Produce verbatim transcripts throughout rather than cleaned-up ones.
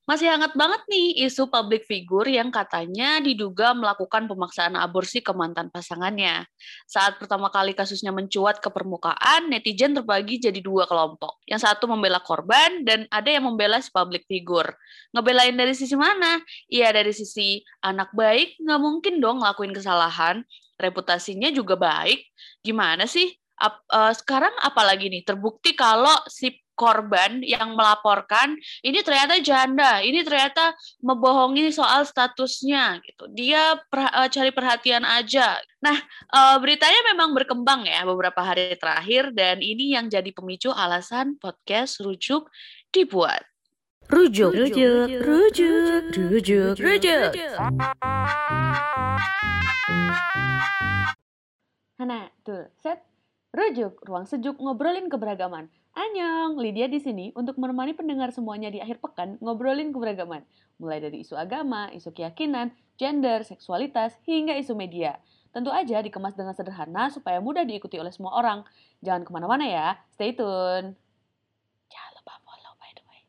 Masih hangat banget nih isu public figure yang katanya diduga melakukan pemaksaan aborsi ke mantan pasangannya. Saat pertama kali kasusnya mencuat ke permukaan, netizen terbagi jadi dua kelompok. Yang satu membela korban dan ada yang membela si public figure. Ngebelain dari sisi mana? Iya, dari sisi anak baik, nggak mungkin dong ngelakuin kesalahan. Reputasinya juga baik. Gimana sih? Ap, uh, sekarang apalagi nih? Terbukti kalau si korban yang melaporkan ini ternyata janda, ini ternyata membohongi soal statusnya gitu. Dia per, uh, cari perhatian aja. Nah, uh, beritanya memang berkembang ya beberapa hari terakhir dan ini yang jadi pemicu alasan podcast Rujuk dibuat. Rujuk, rujuk, rujuk, rujuk, rujuk. Hana, tuh, set. Rujuk, ruang sejuk ngobrolin keberagaman. Annyeong, Lydia di sini untuk menemani pendengar semuanya di akhir pekan ngobrolin keberagaman. Mulai dari isu agama, isu keyakinan, gender, seksualitas, hingga isu media. Tentu aja dikemas dengan sederhana supaya mudah diikuti oleh semua orang. Jangan kemana-mana ya, stay tune. Jangan lupa follow by the way.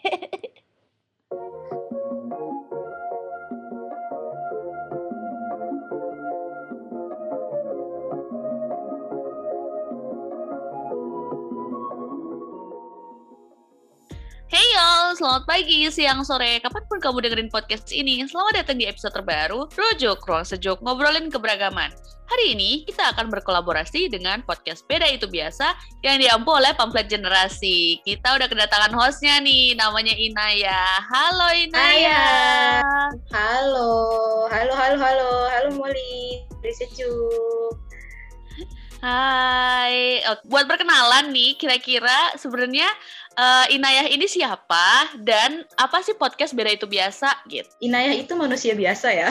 Hey y'all, selamat pagi, siang, sore, kapanpun kamu dengerin podcast ini. Selamat datang di episode terbaru, Rujuk, Ruang Sejuk, Ngobrolin Keberagaman. Hari ini kita akan berkolaborasi dengan podcast Beda Itu Biasa yang diampu oleh Pamflet Generasi. Kita udah kedatangan hostnya nih, namanya Inaya. Halo Inaya. Halo, halo, halo, halo, halo Molly, dari Sejuk. Hai, buat perkenalan nih, kira-kira sebenarnya uh, Inayah ini siapa dan apa sih podcast Beda Itu Biasa gitu? Inayah itu manusia biasa ya,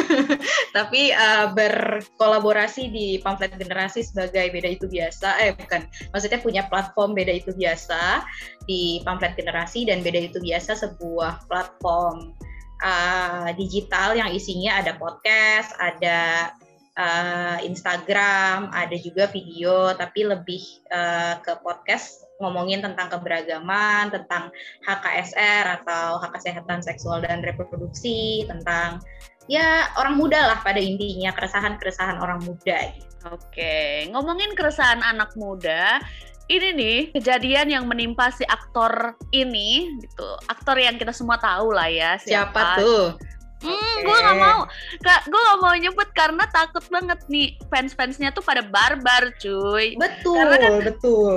tapi uh, berkolaborasi di Pamflet Generasi sebagai Beda Itu Biasa, eh bukan, maksudnya punya platform Beda Itu Biasa di Pamflet Generasi dan Beda Itu Biasa sebuah platform uh, digital yang isinya ada podcast, ada Uh, Instagram, ada juga video, tapi lebih uh, ke podcast ngomongin tentang keberagaman, tentang H K S R atau hak kesehatan seksual dan reproduksi, tentang ya orang muda lah pada intinya, keresahan-keresahan orang muda. Oke, ngomongin keresahan anak muda, ini nih kejadian yang menimpa si aktor ini, gitu, aktor yang kita semua tahu lah ya. Siapa, siapa tuh? Hmm, okay. gue gak mau, gak, gue gak mau nyebut karena takut banget nih fans-fansnya tuh pada barbar, cuy. Betul, karena kan, betul.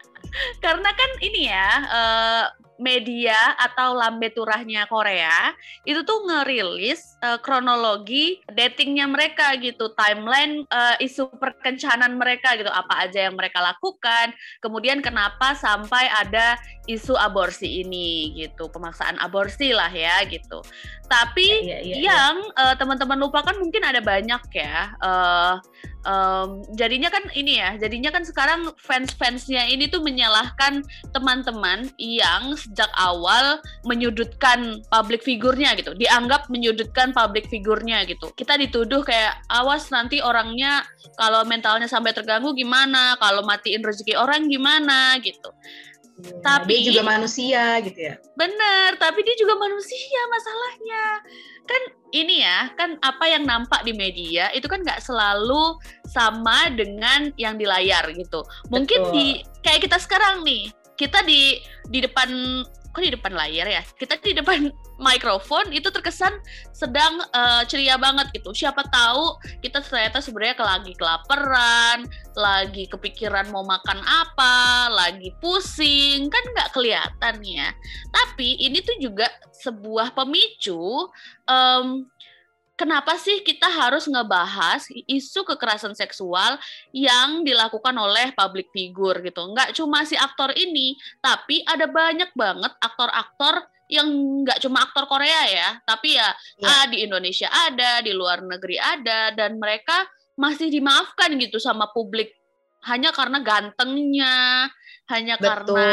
Karena kan ini ya, uh, media atau lambe turahnya Korea itu tuh ngerilis uh, kronologi datingnya mereka gitu, timeline uh, isu perkencanan mereka gitu, apa aja yang mereka lakukan, kemudian kenapa sampai ada isu aborsi ini gitu, pemaksaan aborsi lah ya gitu. Tapi ya, ya, ya, yang ya. Uh, teman-teman lupakan mungkin ada banyak ya. Uh, Um, jadinya kan ini ya, jadinya kan sekarang fans-fansnya ini tuh menyalahkan teman-teman yang sejak awal menyudutkan public figure-nya gitu, dianggap menyudutkan public figure-nya gitu. Kita dituduh kayak awas nanti orangnya kalau mentalnya sampai terganggu gimana, kalau matiin rezeki orang gimana gitu. Ya, tapi dia juga manusia gitu ya. Bener, tapi dia juga manusia masalahnya. Kan ini ya, kan apa yang nampak di media itu kan nggak selalu sama dengan yang di layar gitu. Mungkin Betul. di kayak kita sekarang nih, kita di di depan kok di depan layar ya, kita di depan mikrofon itu terkesan sedang uh, ceria banget gitu. Siapa tahu kita ternyata sebenarnya lagi kelaparan, lagi kepikiran mau makan apa, lagi pusing, kan nggak kelihatan ya. Tapi ini tuh juga sebuah pemicu. Um, Kenapa sih kita harus ngebahas isu kekerasan seksual yang dilakukan oleh public figure gitu? Nggak cuma si aktor ini, tapi ada banyak banget aktor-aktor yang nggak cuma aktor Korea ya, tapi ya, ya. Ah, di Indonesia ada, di luar negeri ada, dan mereka masih dimaafkan gitu sama publik hanya karena gantengnya, hanya Betul. karena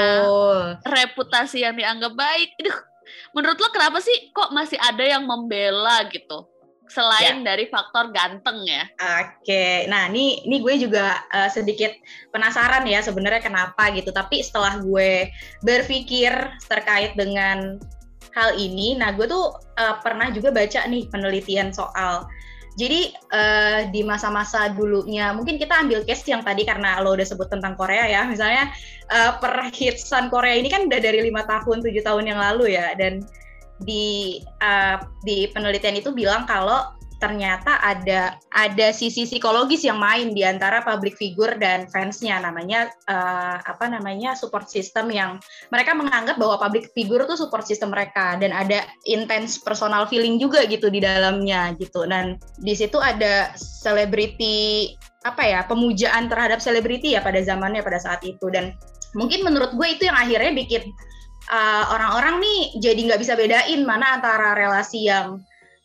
reputasi yang dianggap baik. Aduh, menurut lo kenapa sih kok masih ada yang membela gitu? Selain ya. dari faktor ganteng ya. Oke, nah ini ini gue juga uh, sedikit penasaran ya sebenarnya kenapa gitu. Tapi setelah gue berpikir terkait dengan hal ini, nah gue tuh uh, pernah juga baca nih penelitian soal. Jadi uh, di masa-masa dulunya, mungkin kita ambil case yang tadi karena lo udah sebut tentang Korea ya, misalnya uh, perhitsan Korea ini kan udah dari lima tahun, tujuh tahun yang lalu ya, dan di uh, di penelitian itu bilang kalau ternyata ada ada sisi psikologis yang main di antara public figure dan fansnya, namanya uh, apa namanya support system, yang mereka menganggap bahwa public figure itu support system mereka, dan ada intense personal feeling juga gitu di dalamnya gitu. Dan di situ ada celebrity apa ya, pemujaan terhadap selebriti ya pada zamannya pada saat itu. Dan mungkin menurut gue itu yang akhirnya bikin uh, orang-orang nih jadi nggak bisa bedain mana antara relasi yang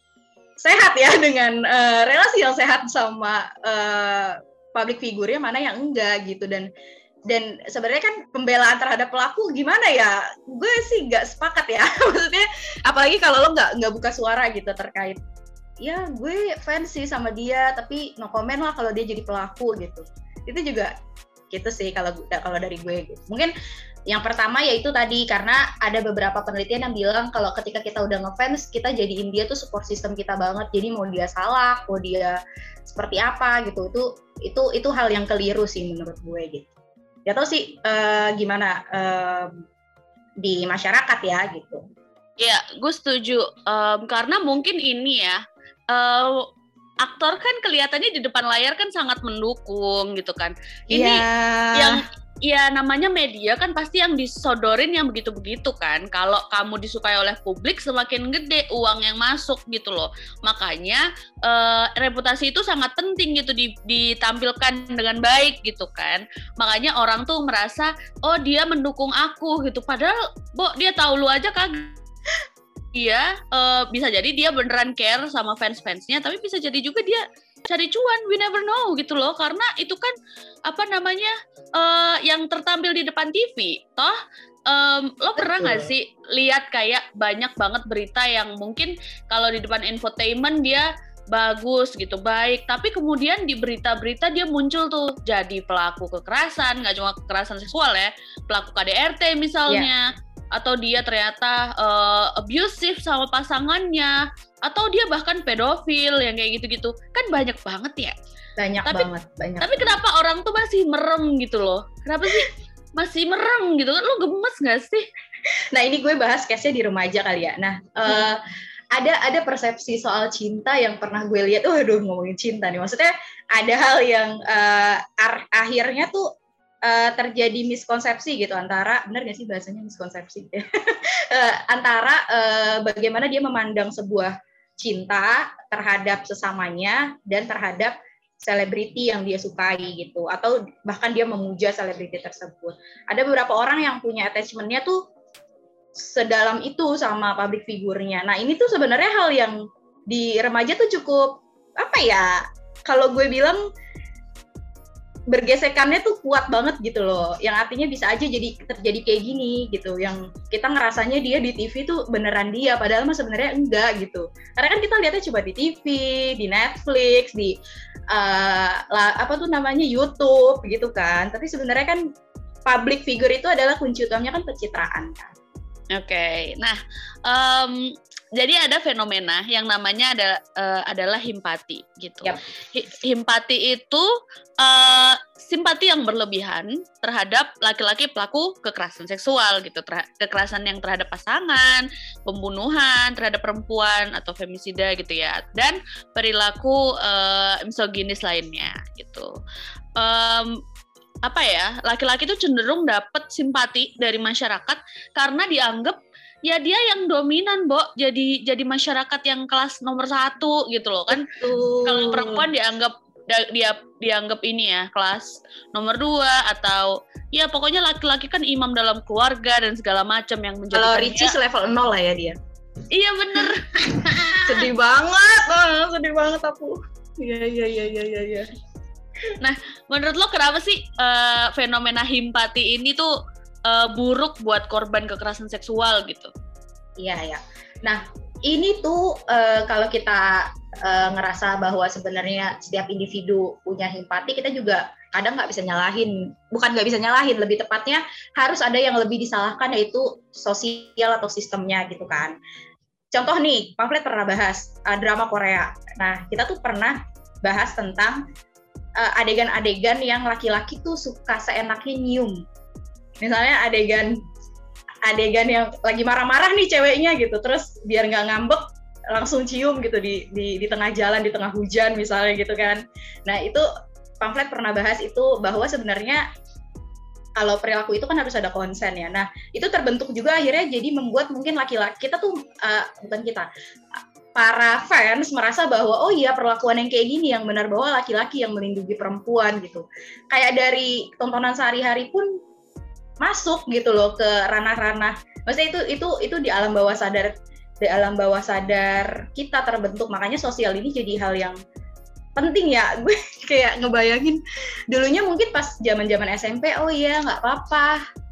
sehat ya dengan uh, relasi yang sehat sama uh, public figure-nya, mana yang enggak gitu. Dan dan sebenarnya kan pembelaan terhadap pelaku gimana ya, gue sih nggak sepakat ya. Maksudnya apalagi kalau lo nggak nggak buka suara gitu terkait, ya gue fans sih sama dia tapi no comment lah kalau dia jadi pelaku gitu. Itu juga gitu sih kalau kalau dari gue gitu. Mungkin yang pertama yaitu tadi, karena ada beberapa penelitian yang bilang kalau ketika kita udah ngefans, kita jadiin dia tuh support system kita banget. Jadi mau dia salah, mau dia seperti apa gitu, itu itu itu hal yang keliru sih menurut gue gitu. Ya tau sih uh, gimana uh, di masyarakat ya gitu. Ya, gue setuju. Um, karena mungkin ini ya, uh, aktor kan kelihatannya di depan layar kan sangat mendukung gitu kan. Ini yeah. yang ya namanya media kan pasti yang disodorin yang begitu-begitu kan. Kalau kamu disukai oleh publik, semakin gede uang yang masuk gitu loh. Makanya uh, reputasi itu sangat penting gitu ditampilkan dengan baik gitu kan. Makanya orang tuh merasa, oh dia mendukung aku gitu. Padahal, Bo, dia tahu lu aja kagak. Dia uh, bisa jadi dia beneran care sama fans-fansnya, tapi bisa jadi juga dia cari cuan, we never know gitu loh. Karena itu kan apa namanya uh, yang tertampil di depan T V. Toh um, lo pernah nggak sih lihat kayak banyak banget berita yang mungkin kalau di depan infotainment dia bagus gitu, baik, tapi kemudian di berita-berita dia muncul tuh jadi pelaku kekerasan, nggak cuma kekerasan seksual ya, pelaku K D R T misalnya. Yeah. Atau dia ternyata uh, abusive sama pasangannya, atau dia bahkan pedofil yang kayak gitu-gitu. Kan banyak banget ya. Banyak tapi, banget, banyak. Tapi kenapa orang tuh masih merem gitu loh? Kenapa sih masih merem gitu kan? Lu gemes gak sih? Nah, ini gue bahas case-nya di remaja kali ya. Nah, hmm. uh, ada ada persepsi soal cinta yang pernah gue lihat. Waduh, ngomongin cinta nih. Maksudnya ada hal yang uh, ar- akhirnya tuh Uh, terjadi miskonsepsi gitu antara, benar nggak sih bahasanya miskonsepsi? uh, antara uh, bagaimana dia memandang sebuah cinta terhadap sesamanya dan terhadap selebriti yang dia sukai gitu, atau bahkan dia memuja selebriti tersebut. Ada beberapa orang yang punya attachment-nya tuh sedalam itu sama public figure-nya. Nah, ini tuh sebenarnya hal yang di remaja tuh cukup apa ya? Kalau gue bilang bergesekannya tuh kuat banget gitu loh, yang artinya bisa aja jadi terjadi kayak gini gitu, yang kita ngerasanya dia di T V tuh beneran dia, padahal mah sebenarnya enggak gitu, karena kan kita lihatnya coba di T V, di Netflix, di uh, la, apa tuh namanya YouTube gitu kan, tapi sebenarnya kan public figure itu adalah kunci utamanya kan pencitraan kan. Oke, okay. Nah um, jadi ada fenomena yang namanya ada, uh, adalah himpati gitu. Yep. Himpati itu uh, simpati yang berlebihan terhadap laki-laki pelaku kekerasan seksual gitu, Ter- kekerasan yang terhadap pasangan, pembunuhan terhadap perempuan atau femisida gitu ya, dan perilaku uh, misoginis lainnya gitu. Um, apa ya, laki-laki itu cenderung dapat simpati dari masyarakat karena dianggap ya dia yang dominan, Bo. Jadi jadi masyarakat yang kelas nomor satu gitu loh kan. Kalau perempuan dianggap dia dianggap ini ya kelas nomor dua, atau ya pokoknya laki-laki kan imam dalam keluarga dan segala macam yang menjadi. Kalau Ricis level nol lah ya dia. Iya bener. Sedih banget, oh, sedih banget aku. Iya iya iya iya iya. Ya. Nah, menurut lo kenapa sih uh, fenomena himpati ini tuh uh, buruk buat korban kekerasan seksual gitu? Iya, ya. Nah, ini tuh uh, kalau kita uh, ngerasa bahwa sebenarnya setiap individu punya himpati, kita juga kadang nggak bisa nyalahin, bukan nggak bisa nyalahin, lebih tepatnya harus ada yang lebih disalahkan, yaitu sosial atau sistemnya gitu kan. Contoh nih, pamflet pernah bahas uh, drama Korea. Nah, kita tuh pernah bahas tentang uh, adegan-adegan yang laki-laki tuh suka seenaknya nyium. Misalnya adegan adegan yang lagi marah-marah nih ceweknya gitu, terus biar nggak ngambek langsung cium gitu di, di di tengah jalan, di tengah hujan misalnya gitu kan. Nah, itu pamflet pernah bahas itu, bahwa sebenarnya kalau perilaku itu kan harus ada konsen ya. Nah, itu terbentuk juga akhirnya jadi membuat mungkin laki-laki kita tuh uh, bukan kita, para fans merasa bahwa oh iya, perlakuan yang kayak gini yang benar, bahwa laki-laki yang melindungi perempuan gitu. Kayak dari tontonan sehari-hari pun masuk gitu loh ke ranah-ranah. Maksudnya itu itu itu di alam bawah sadar, di alam bawah sadar kita terbentuk. Makanya sosial ini jadi hal yang penting ya. Gue kayak ngebayangin dulunya mungkin pas zaman-zaman S M P, oh iya nggak apa-apa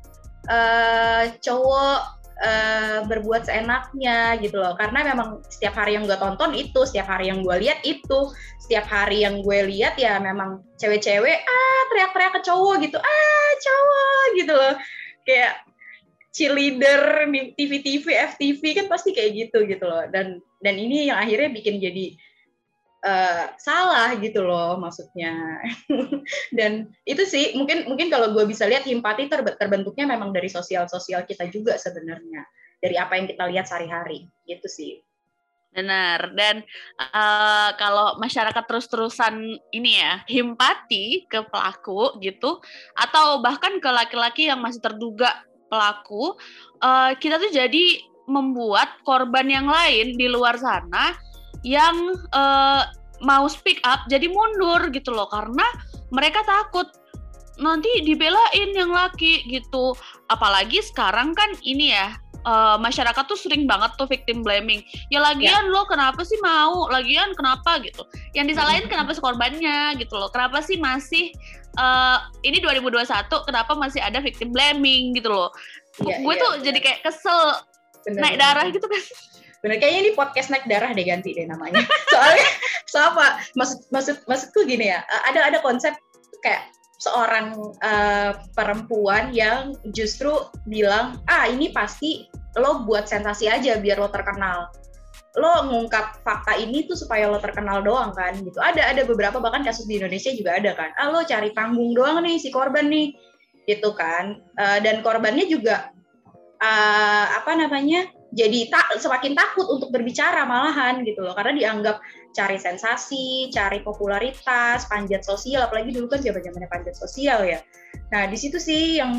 uh, cowok uh, berbuat seenaknya gitu loh, karena memang setiap hari yang gue tonton itu, setiap hari yang gue lihat itu, setiap hari yang gue lihat ya memang cewek-cewek ah teriak-teriak ke cowok gitu, ah cowok gitu loh, kayak cheerleader di T V T V, F T V kan pasti kayak gitu gitu loh. Dan dan ini yang akhirnya bikin jadi Uh, salah gitu loh maksudnya. Dan itu sih mungkin mungkin kalau gue bisa lihat Himpati ter- terbentuknya memang dari sosial-sosial kita juga sebenarnya, dari apa yang kita lihat sehari-hari gitu sih. Benar. Dan uh, kalau masyarakat terus-terusan ini ya himpati ke pelaku gitu, atau bahkan ke laki-laki yang masih terduga pelaku, uh, kita tuh jadi membuat korban yang lain di luar sana yang uh, mau speak up jadi mundur gitu loh, karena mereka takut nanti dibelain yang laki gitu. Apalagi sekarang kan ini ya, uh, masyarakat tuh sering banget tuh victim blaming. Ya lagian ya. Lo kenapa sih mau? Lagian kenapa gitu? Yang disalahin kenapa si korbannya gitu loh. Kenapa sih masih uh, ini dua ribu dua puluh satu kenapa masih ada victim blaming gitu loh. Ya, gue ya, tuh bener. Jadi kayak kesel, bener, naik bener. darah gitu kan. Bener, kayaknya ini podcast naik darah deh, ganti deh namanya. Soalnya, so apa? Maksud maksud maksudku gini ya, ada ada konsep kayak seorang uh, perempuan yang justru bilang, ah ini pasti lo buat sensasi aja biar lo terkenal. Lo ngungkap fakta ini tuh supaya lo terkenal doang kan, gitu. Ada ada beberapa bahkan kasus di Indonesia juga ada kan. Ah lo cari panggung doang nih si korban nih, gitu kan. Uh, dan korbannya juga uh, apa namanya? Jadi tak, semakin takut untuk berbicara malahan gitu loh, karena dianggap cari sensasi, cari popularitas, panjat sosial, apalagi dulu kan zaman-zamannya panjat sosial ya. Nah di situ sih yang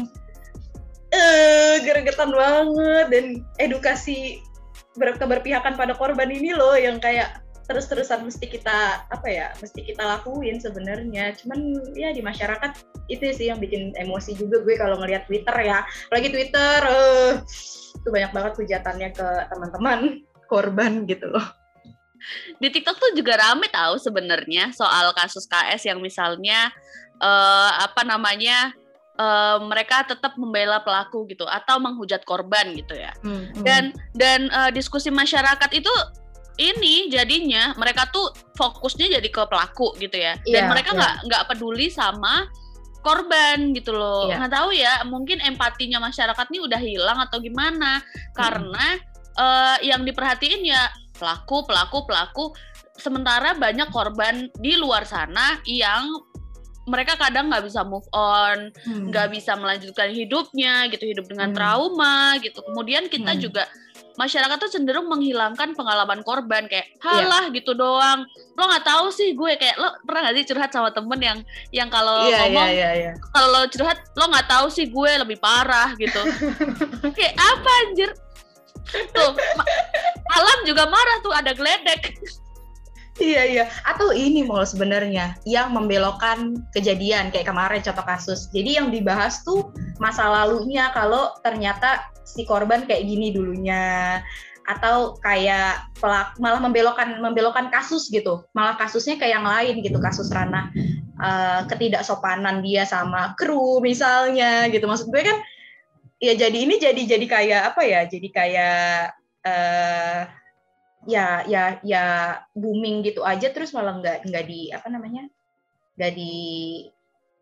eh gregetan banget, dan edukasi ber- keberpihakan pada korban ini loh yang kayak terus-terusan mesti kita apa ya, mesti kita lakuin sebenarnya. Cuman ya di masyarakat itu sih yang bikin emosi juga gue kalau ngelihat Twitter ya, apalagi Twitter. Uh, itu banyak banget hujatannya ke teman-teman korban gitu loh. Di TikTok tuh juga rame tahu sebenarnya soal kasus K S yang misalnya uh, apa namanya uh, mereka tetap membela pelaku gitu atau menghujat korban gitu ya. Hmm, hmm. Dan dan uh, diskusi masyarakat itu ini jadinya mereka tuh fokusnya jadi ke pelaku gitu ya. Dan yeah, mereka nggak yeah. nggak peduli sama korban gitu loh, iya. Nggak tahu ya, mungkin empatinya masyarakat ini udah hilang atau gimana, hmm. karena uh, yang diperhatiin ya pelaku, pelaku, pelaku, sementara banyak korban di luar sana yang mereka kadang nggak bisa move on, nggak hmm. bisa melanjutkan hidupnya gitu, hidup dengan hmm. trauma gitu, kemudian kita hmm. juga masyarakat tuh cenderung menghilangkan pengalaman korban, kayak halah yeah. gitu doang. Lo nggak tahu sih gue, kayak lo pernah nggak sih curhat sama temen yang yang kalau yeah, ngomong yeah, yeah, yeah. kalau lo curhat lo nggak tahu sih gue lebih parah gitu. Kayak apa anjir? Tuh ma- alam juga marah tuh, ada geledek. Iya iya. Atau ini mau sebenarnya yang membelokkan kejadian kayak kemarin contoh kasus. Jadi yang dibahas tuh masa lalunya, kalau ternyata si korban kayak gini dulunya, atau kayak pelak malah membelokkan membelokkan kasus gitu, malah kasusnya kayak yang lain gitu, kasus ranah uh, ketidaksopanan dia sama kru misalnya gitu. Maksud gue kan ya jadi ini jadi jadi kayak apa ya? Jadi kayak uh, ya ya ya booming gitu aja, terus malah nggak nggak di apa namanya nggak di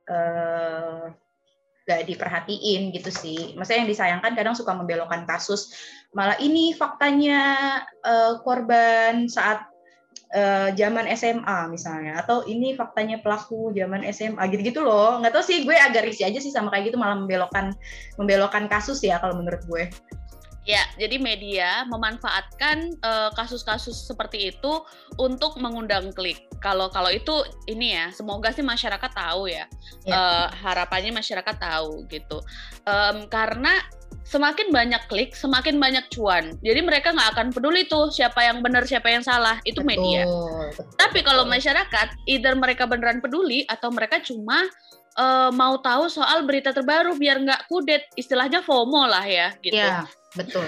uh, gak diperhatiin gitu sih. Maksudnya yang disayangkan kadang suka membelokkan kasus, malah ini faktanya uh, korban saat uh, zaman S M A misalnya, atau ini faktanya pelaku zaman S M A gitu-gitu loh. Nggak tahu sih, gue agak risih aja sih sama kayak gitu, malah membelokkan membelokkan kasus ya kalau menurut gue. Ya, jadi media memanfaatkan uh, kasus-kasus seperti itu untuk mengundang klik. Kalau kalau itu ini ya, semoga sih masyarakat tahu ya. ya. Uh, harapannya masyarakat tahu gitu. Um, karena semakin banyak klik, semakin banyak cuan. Jadi mereka nggak akan peduli tuh siapa yang benar, siapa yang salah. Itu betul, media. Betul, Tapi betul. Kalau masyarakat, either mereka beneran peduli atau mereka cuma uh, mau tahu soal berita terbaru biar nggak kudet. Istilahnya FOMO lah ya, gitu. Ya. Betul.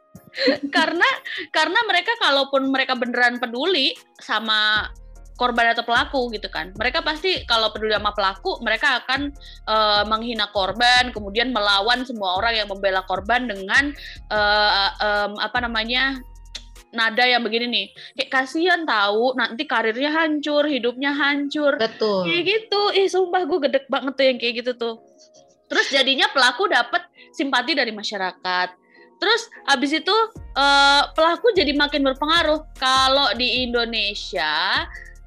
karena karena mereka kalaupun mereka beneran peduli sama korban atau pelaku gitu kan, mereka pasti kalau peduli sama pelaku mereka akan uh, menghina korban, kemudian melawan semua orang yang membela korban dengan uh, um, apa namanya nada yang begini nih, kayak kasihan tahu nanti karirnya hancur, hidupnya hancur. Betul. Kayak gitu, ih sumpah gue gedek banget tuh yang kayak gitu tuh. Terus jadinya pelaku dapat simpati dari masyarakat. Terus habis itu uh, pelaku jadi makin berpengaruh. Kalau di Indonesia,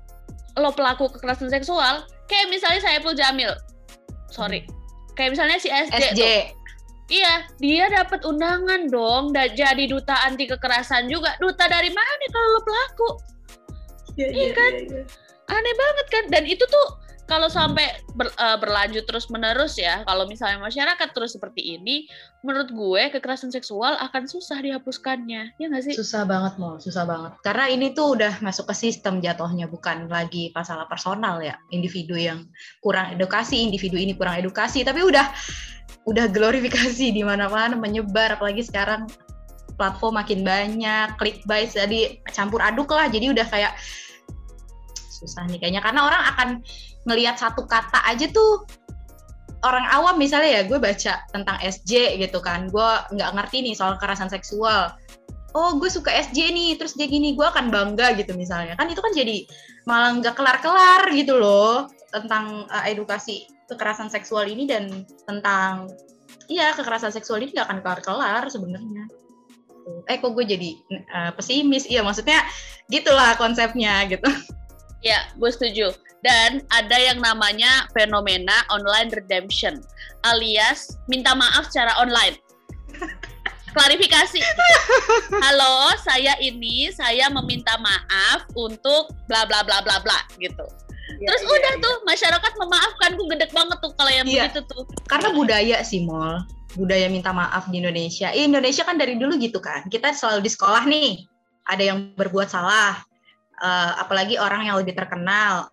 lo pelaku kekerasan seksual, kayak misalnya Saipul Jamil, sorry, kayak misalnya si S J, S J. Tuh, iya, dia dapat undangan dong, dan jadi duta anti kekerasan juga. Duta dari mana kalau lo pelaku? Iya ya, kan, ya, ya. Aneh banget kan. Dan itu tuh kalau sampai ber, uh, berlanjut terus-menerus ya, kalau misalnya masyarakat terus seperti ini, menurut gue kekerasan seksual akan susah dihapuskannya, ya nggak sih? Susah banget, Mo, susah banget. Karena ini tuh udah masuk ke sistem jatuhnya, bukan lagi masalah personal ya, individu yang kurang edukasi, individu ini kurang edukasi, tapi udah udah glorifikasi di mana-mana, menyebar, apalagi sekarang platform makin banyak, clickbait, jadi campur aduk lah, jadi udah kayak susah nih kayaknya, karena orang akan ngelihat satu kata aja tuh, orang awam misalnya ya, gue baca tentang S J gitu kan, gue nggak ngerti nih soal kekerasan seksual, oh gue suka S J nih, terus dia gini, gue akan bangga gitu misalnya, kan itu kan jadi malah nggak kelar-kelar gitu loh, tentang uh, edukasi kekerasan seksual ini, dan tentang, iya kekerasan seksual ini nggak akan kelar-kelar sebenarnya. Eh kok gue jadi uh, pesimis, iya maksudnya gitulah konsepnya gitu. Ya, gue setuju. Dan ada yang namanya fenomena online redemption, alias minta maaf secara online. Klarifikasi. Halo, saya ini, saya meminta maaf untuk bla bla bla bla bla gitu. Ya, Terus ya, udah ya. tuh, masyarakat memaafkan. Gue gedek banget tuh kalau yang ya. begitu tuh. Karena budaya sih, Mol. Budaya minta maaf di Indonesia. Eh, Indonesia kan dari dulu gitu kan. Kita selalu di sekolah nih, ada yang berbuat salah. Uh, apalagi orang yang lebih terkenal,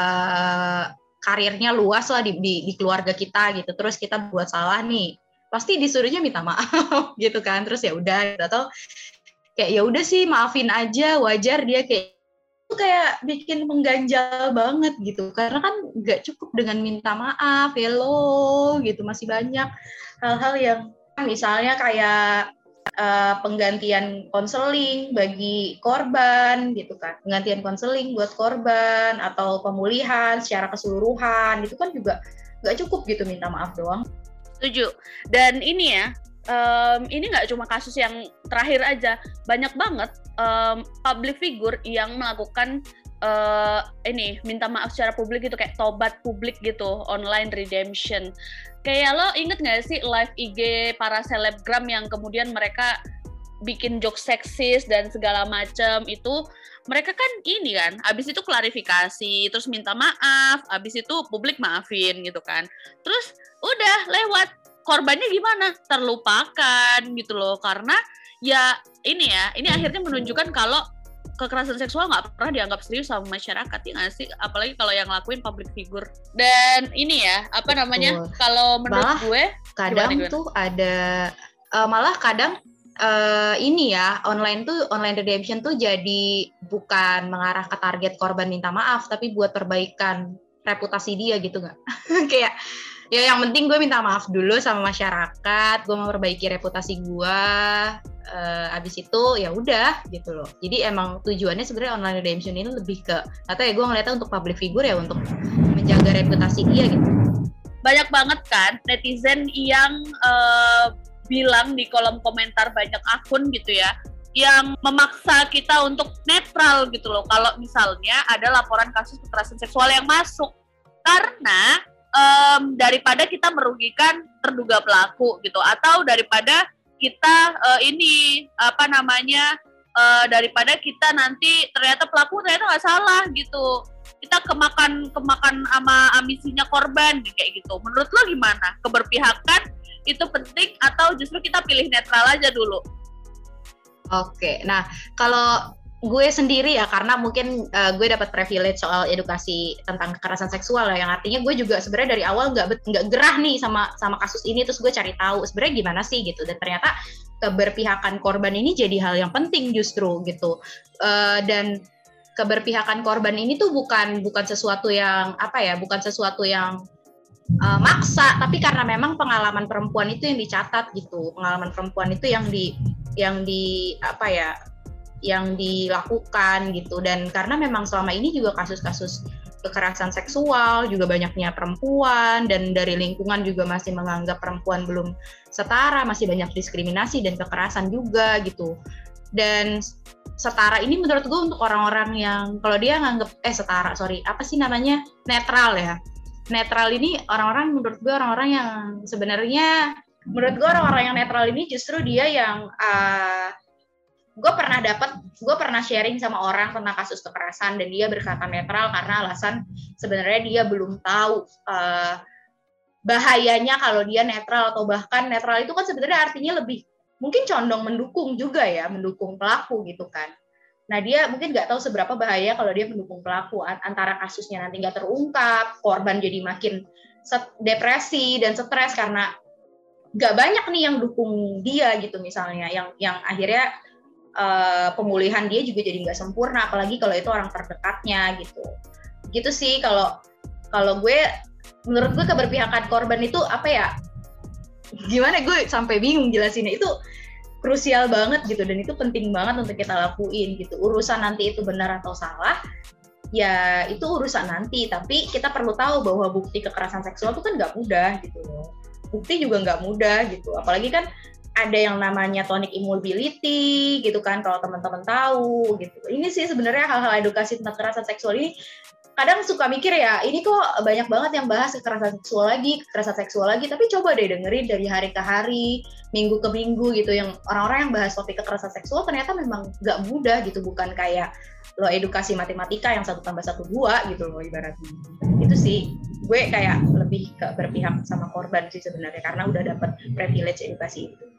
uh, karirnya luas lah di, di, di keluarga kita gitu, terus kita buat salah nih, pasti disuruhnya minta maaf gitu kan, terus ya udah, atau kayak ya udah sih maafin aja, wajar dia kayak itu kayak bikin mengganjal banget gitu, karena kan nggak cukup dengan minta maaf, hello gitu, masih banyak hal-hal yang misalnya kayak Uh, penggantian konseling bagi korban gitu kan, penggantian konseling buat korban atau pemulihan secara keseluruhan, itu kan juga nggak cukup gitu minta maaf doang. Setuju. Dan ini ya, um, ini nggak cuma kasus yang terakhir aja, banyak banget um, public figure yang melakukan uh, ini minta maaf secara publik gitu, kayak tobat publik gitu, online redemption. Kayak lo inget nggak sih live I G para selebgram yang kemudian mereka bikin joke seksis dan segala macam itu, mereka kan ini kan, abis itu klarifikasi, terus minta maaf, abis itu publik maafin gitu kan, terus udah lewat, korbannya gimana? Terlupakan gitu loh, karena ya ini ya, ini akhirnya menunjukkan kalau kekerasan seksual nggak pernah dianggap serius sama masyarakat, ya nggak sih? Apalagi kalau yang ngelakuin public figure. Dan ini ya, apa Betul. namanya, kalau menurut malah, gue kadang gimana, tuh gimana? ada uh, malah kadang uh, ini ya, online tuh online redemption tuh jadi bukan mengarah ke target korban minta maaf, tapi buat perbaikan reputasi dia gitu nggak? Kayak Ya yang penting gue minta maaf dulu sama masyarakat, gue memperbaiki reputasi gue. Uh, abis itu ya udah gitu loh. Jadi emang tujuannya sebenarnya online redemption ini lebih ke, atau ya gue ngeliatnya untuk public figure ya, untuk menjaga reputasi dia gitu. Banyak banget kan netizen yang uh, bilang di kolom komentar banyak akun gitu ya, yang memaksa kita untuk netral gitu loh kalau misalnya ada laporan kasus kekerasan seksual yang masuk, karena um, daripada kita merugikan terduga pelaku gitu, atau daripada kita uh, ini apa namanya uh, daripada kita nanti ternyata pelaku ternyata nggak salah gitu, kita kemakan kemakan sama ambisinya korban kayak gitu. Menurut lo gimana? Keberpihakan itu penting atau justru kita pilih netral aja dulu? Oke, nah kalau gue sendiri ya, karena mungkin uh, gue dapat privilege soal edukasi tentang kekerasan seksual ya, yang artinya gue juga sebenarnya dari awal nggak nggak gerah nih sama sama kasus ini, terus gue cari tahu sebenarnya gimana sih gitu, dan ternyata keberpihakan korban ini jadi hal yang penting justru gitu, uh, dan keberpihakan korban ini tuh bukan bukan sesuatu yang apa ya, bukan sesuatu yang uh, maksa, tapi karena memang pengalaman perempuan itu yang dicatat gitu, pengalaman perempuan itu yang di yang di apa ya yang dilakukan gitu, dan karena memang selama ini juga kasus-kasus kekerasan seksual juga banyaknya perempuan, dan dari lingkungan juga masih menganggap perempuan belum setara, masih banyak diskriminasi dan kekerasan juga gitu. Dan setara ini menurut gue untuk orang-orang yang kalau dia nganggap eh setara sorry apa sih namanya netral ya, netral ini orang-orang menurut gue orang-orang yang sebenarnya menurut gue orang-orang yang netral ini justru dia yang uh, gue pernah dapat, gue pernah sharing sama orang tentang kasus kekerasan dan dia berkata netral karena alasan sebenarnya dia belum tahu uh, bahayanya kalau dia netral, atau bahkan netral itu kan sebenarnya artinya lebih mungkin condong mendukung juga ya, mendukung pelaku gitu kan. Nah dia mungkin nggak tahu seberapa bahaya kalau dia mendukung pelaku, antara kasusnya nanti nggak terungkap, korban jadi makin depresi dan stres karena nggak banyak nih yang dukung dia gitu misalnya, yang yang akhirnya Uh, pemulihan dia juga jadi nggak sempurna, apalagi kalau itu orang terdekatnya gitu. Gitu sih kalau kalau gue, menurut gue keberpihakan korban itu apa ya? Gimana gue sampai bingung jelasinnya, itu krusial banget gitu, dan itu penting banget untuk kita lakuin gitu. Urusan nanti itu benar atau salah, ya itu urusan nanti. Tapi kita perlu tahu bahwa bukti kekerasan seksual itu kan nggak mudah gitu loh. Bukti juga nggak mudah gitu, apalagi kan ada yang namanya tonic immobility gitu kan, kalau teman-teman tahu gitu. Ini sih sebenarnya hal-hal edukasi tentang kekerasan seksual ini kadang suka mikir ya, ini kok banyak banget yang bahas kekerasan seksual lagi, kekerasan seksual lagi, tapi coba deh dengerin dari hari ke hari, minggu ke minggu gitu, yang orang-orang yang bahas topik kekerasan seksual ternyata memang nggak mudah gitu, bukan kayak lo edukasi matematika yang satu tambah satu dua gitu loh ibaratnya. Itu sih gue kayak lebih ke berpihak sama korban sih sebenarnya, karena udah dapet privilege edukasi itu.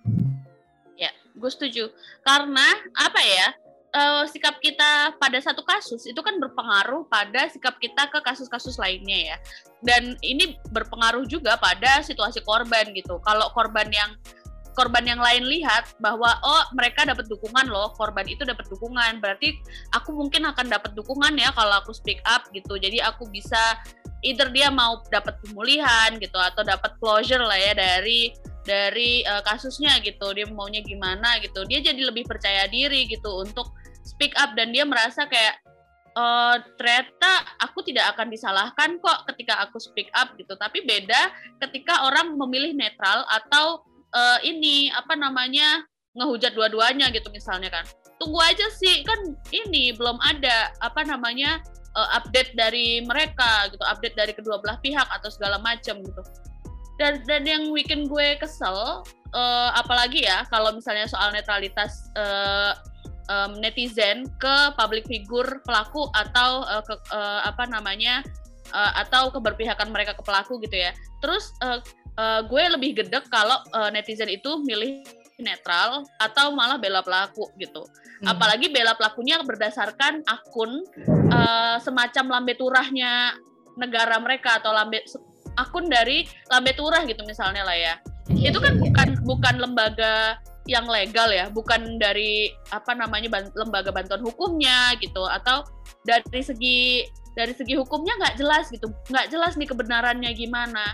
Ya, gue setuju. Karena apa ya, uh, sikap kita pada satu kasus itu kan berpengaruh pada sikap kita ke kasus-kasus lainnya ya. Dan ini berpengaruh juga pada situasi korban gitu. Kalau korban yang korban yang lain lihat bahwa oh mereka dapat dukungan loh, korban itu dapat dukungan, berarti aku mungkin akan dapat dukungan ya kalau aku speak up gitu. Jadi aku bisa either dia mau dapat pemulihan gitu atau dapat closure lah ya dari dari uh, kasusnya gitu, dia maunya gimana gitu, dia jadi lebih percaya diri gitu untuk speak up, dan dia merasa kayak uh, ternyata aku tidak akan disalahkan kok ketika aku speak up gitu. Tapi beda ketika orang memilih netral atau uh, ini apa namanya ngehujat dua-duanya gitu misalnya kan, tunggu aja sih kan ini belum ada apa namanya uh, update dari mereka gitu, update dari kedua belah pihak atau segala macam gitu. Dan, dan yang bikin gue kesel, uh, apalagi ya kalau misalnya soal netralitas uh, um, netizen ke public figure pelaku atau uh, ke, uh, apa namanya uh, atau keberpihakan mereka ke pelaku gitu ya. Terus uh, uh, gue lebih gedek kalau uh, netizen itu milih netral atau malah bela pelaku gitu. Hmm. Apalagi bela pelakunya berdasarkan akun uh, semacam lambe turahnya negara mereka atau lambe akun dari lambe turah gitu misalnya lah ya. Yeah, itu kan yeah, bukan yeah. bukan lembaga yang legal ya, bukan dari apa namanya ban, lembaga bantuan hukumnya gitu, atau dari segi dari segi hukumnya nggak jelas gitu, nggak jelas nih kebenarannya gimana.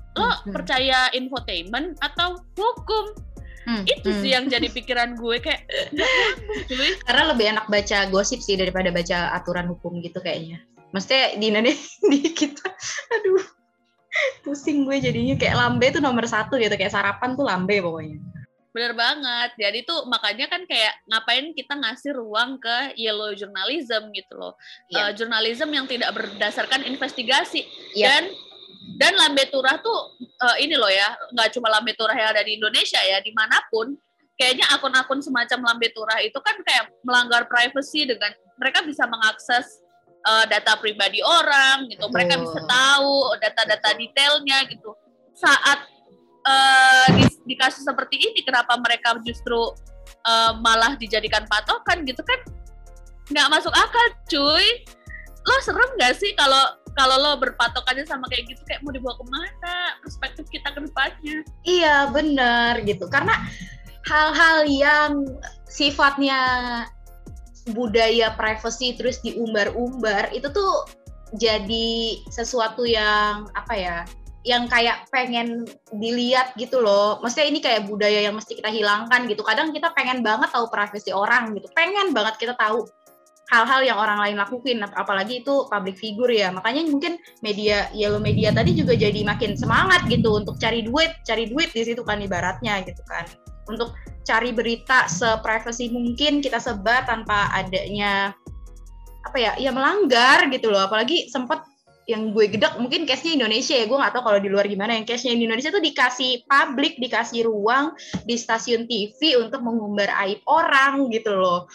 lo Hmm. percaya infotainment atau hukum? Hmm. Itu Hmm. sih yang jadi pikiran gue kayak nggak nyambung cuy. Karena lebih enak baca gosip sih daripada baca aturan hukum gitu kayaknya. Maksudnya di Indonesia di kita, aduh pusing gue jadinya, kayak lambe tuh nomor satu gitu, kayak sarapan tuh lambe pokoknya. Bener banget. Jadi tuh makanya kan kayak ngapain kita ngasih ruang ke yellow journalism gitu loh. Iya. Uh, jurnalisme yang tidak berdasarkan investigasi. Iya. Dan dan lambe turah tuh uh, ini loh ya, nggak cuma lambe turah yang ada di Indonesia ya, dimanapun kayaknya akun-akun semacam lambe turah itu kan kayak melanggar privacy dengan mereka bisa mengakses uh, data pribadi orang gitu. Betul. Mereka bisa tahu data-data detailnya gitu. Saat uh, di, di kasus seperti ini, kenapa mereka justru uh, malah dijadikan patokan gitu kan? Nggak masuk akal, cuy. Lo serem nggak sih kalau kalau lo berpatokannya sama kayak gitu, kayak mau dibawa kemana perspektif kita ke depannya? Iya benar gitu, karena hal-hal yang sifatnya budaya privacy terus diumbar-umbar itu tuh jadi sesuatu yang apa ya, yang kayak pengen dilihat gitu loh. Maksudnya ini kayak budaya yang mesti kita hilangkan gitu. Kadang kita pengen banget tahu privasi orang gitu, pengen banget kita tahu hal-hal yang orang lain lakuin, apalagi itu public figure ya. Makanya mungkin media, yellow media tadi juga jadi makin semangat gitu untuk cari duit, cari duit di situ kan ibaratnya gitu kan. Untuk cari berita se-privacy mungkin kita sebar tanpa adanya apa ya, ya melanggar gitu loh. Apalagi sempat yang gue gedek mungkin case-nya Indonesia ya, gue nggak tahu kalau di luar gimana. Yang case-nya di Indonesia tuh dikasih publik, dikasih ruang di stasiun T V untuk mengumbar aib orang gitu loh.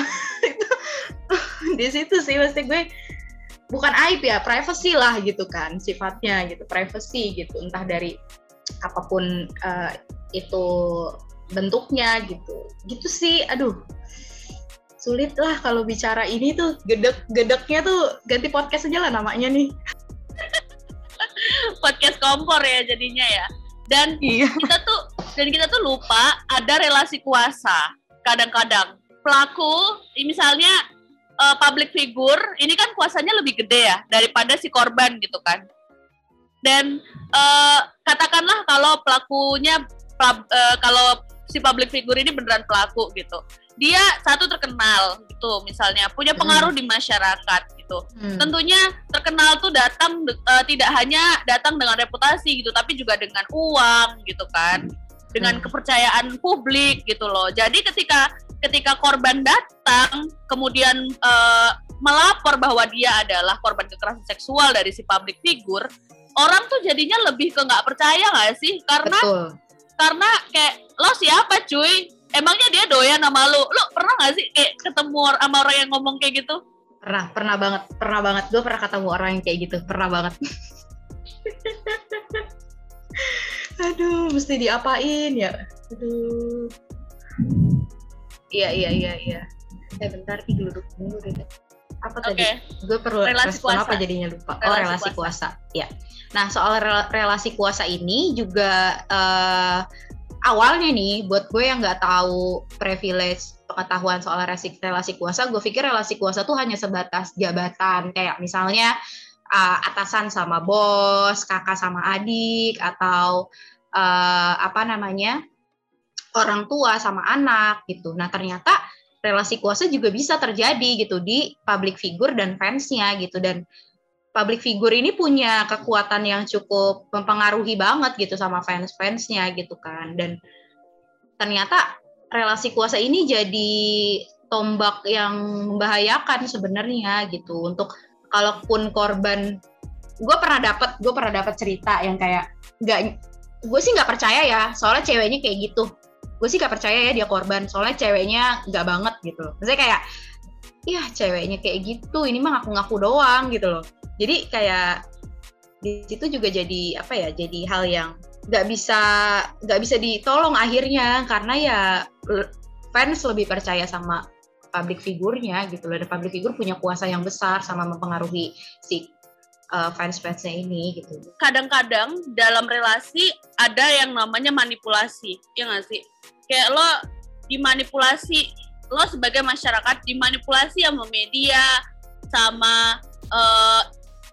Di situ sih mesti gue, bukan aib ya, privacy lah gitu kan sifatnya gitu, privacy gitu, entah dari apapun uh, itu bentuknya gitu. Gitu sih, aduh. Sulit lah kalau bicara ini tuh, gedek-gedeknya tuh ganti podcast aja lah namanya nih. Podcast kompor ya jadinya ya. Dan iya. kita tuh dan kita tuh lupa ada relasi kuasa. Kadang-kadang pelaku misalnya uh, public figure ini kan kuasanya lebih gede ya daripada si korban gitu kan. Dan uh, katakanlah kalau pelakunya uh, kalau si public figure ini beneran pelaku gitu. Dia satu terkenal gitu misalnya, punya pengaruh hmm. di masyarakat gitu. Hmm. Tentunya terkenal tuh datang uh, tidak hanya datang dengan reputasi gitu, tapi juga dengan uang gitu kan, dengan hmm. kepercayaan publik gitu loh. Jadi ketika ketika korban datang kemudian uh, melapor bahwa dia adalah korban kekerasan seksual dari si public figure, orang tuh jadinya lebih ke nggak percaya nggak sih? Karena Betul. karena kayak lo siapa cuy? Emangnya dia doyan sama lu? Lu pernah gak sih kayak ketemu sama orang yang ngomong kayak gitu? Pernah, pernah banget, pernah banget. Gue pernah ketemu orang yang kayak gitu, pernah banget. Aduh, mesti diapain ya? Aduh. Iya, iya, iya, iya. Eh bentar, nih geluduk dulu deh. Apa tadi? Okay. Gue perlu relasi respon kuasa. Apa jadinya lupa. Relasi oh, relasi kuasa. kuasa. Ya. Nah, soal rel- relasi kuasa ini juga... Uh, awalnya nih, buat gue yang nggak tahu privilege pengetahuan soal relasi, relasi kuasa, gue pikir relasi kuasa tuh hanya sebatas jabatan, kayak misalnya uh, atasan sama bos, kakak sama adik, atau uh, apa namanya orang tua sama anak gitu. Nah ternyata relasi kuasa juga bisa terjadi gitu di public figure dan fansnya gitu, dan public figure ini punya kekuatan yang cukup mempengaruhi banget gitu sama fans-fansnya gitu kan. Dan ternyata relasi kuasa ini jadi tombak yang membahayakan sebenarnya gitu. Untuk kalaupun korban, gue pernah dapat gue pernah dapat cerita yang kayak nggak, gue sih nggak percaya ya, soalnya ceweknya kayak gitu. Gue sih nggak percaya ya dia korban, soalnya ceweknya nggak banget gitu. Maksudnya kayak, ya ceweknya kayak gitu, ini mah ngaku-ngaku doang gitu loh. Jadi kayak di situ juga jadi apa ya, jadi hal yang nggak bisa nggak bisa ditolong akhirnya, karena ya fans lebih percaya sama public figure-nya gitu loh. Dan public figure punya kuasa yang besar sama mempengaruhi si uh, fans-fansnya ini gitu. Kadang-kadang dalam relasi ada yang namanya manipulasi, ya nggak sih? Kayak lo dimanipulasi, lo sebagai masyarakat dimanipulasi sama media, sama uh,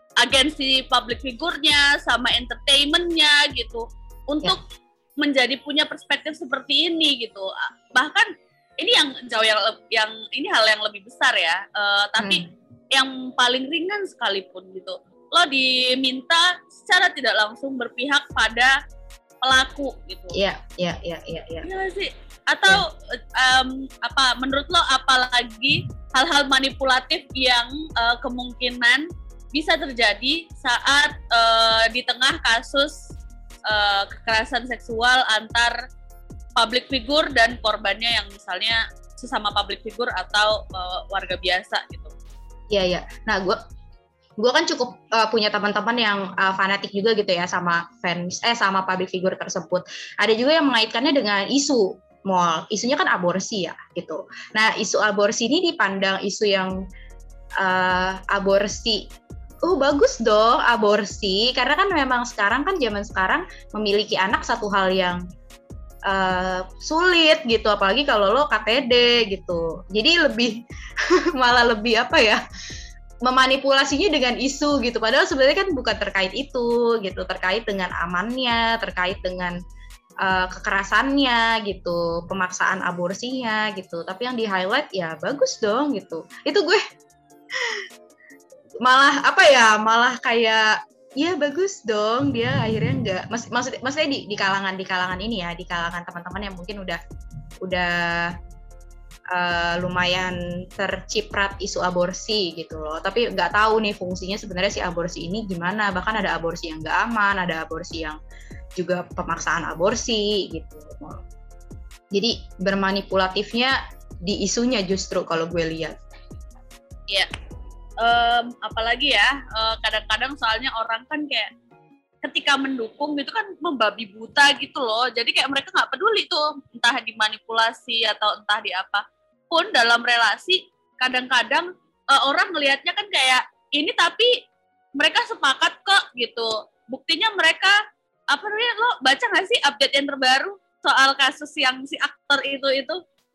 agensi public figure-nya sama entertainment-nya gitu untuk yeah. menjadi punya perspektif seperti ini gitu. Bahkan ini yang jauh yang yang ini hal yang lebih besar ya, uh, tapi hmm. yang paling ringan sekalipun gitu, lo diminta secara tidak langsung berpihak pada pelaku gitu. Iya, iya, iya, iya, iya. Iya sih. Atau yeah. um, apa menurut lo apalagi hal-hal manipulatif yang uh, kemungkinan bisa terjadi saat uh, di tengah kasus uh, kekerasan seksual antar public figure dan korbannya yang misalnya sesama public figure atau uh, warga biasa gitu. Iya, iya. Nah, gue gue kan cukup uh, punya teman-teman yang uh, fanatik juga gitu ya sama fans eh sama public figure tersebut. Ada juga yang mengaitkannya dengan isu mall. Isunya kan aborsi ya gitu. Nah, isu aborsi ini dipandang isu yang uh, aborsi. Oh, bagus dong aborsi karena kan memang sekarang kan zaman sekarang memiliki anak satu hal yang Uh, sulit gitu, apalagi kalau lo K T D gitu. Jadi lebih malah lebih apa ya? Memanipulasinya dengan isu gitu. Padahal sebenarnya kan bukan terkait itu gitu, terkait dengan amannya, terkait dengan uh, kekerasannya gitu, pemaksaan aborsinya gitu. Tapi yang di-highlight ya bagus dong gitu. Itu gue malah apa ya? Malah kayak iya bagus dong dia akhirnya nggak mas, maksud maksudnya di, di kalangan di kalangan ini ya di kalangan teman-teman yang mungkin udah udah uh, lumayan terciprat isu aborsi gitu loh, tapi nggak tahu nih fungsinya sebenarnya si aborsi ini gimana. Bahkan ada aborsi yang nggak aman, ada aborsi yang juga pemaksaan aborsi gitu. Jadi bermanipulatifnya di isunya justru kalau gue lihat. Iya. Yeah. Um, apalagi ya uh, kadang-kadang soalnya orang kan kayak ketika mendukung gitu kan membabi buta gitu loh, jadi kayak mereka nggak peduli tuh entah dimanipulasi atau entah di apa pun dalam relasi. Kadang-kadang uh, orang ngelihatnya kan kayak ini tapi mereka sepakat kok gitu, buktinya mereka apa namanya, lo baca nggak sih update yang terbaru soal kasus yang si aktor itu itu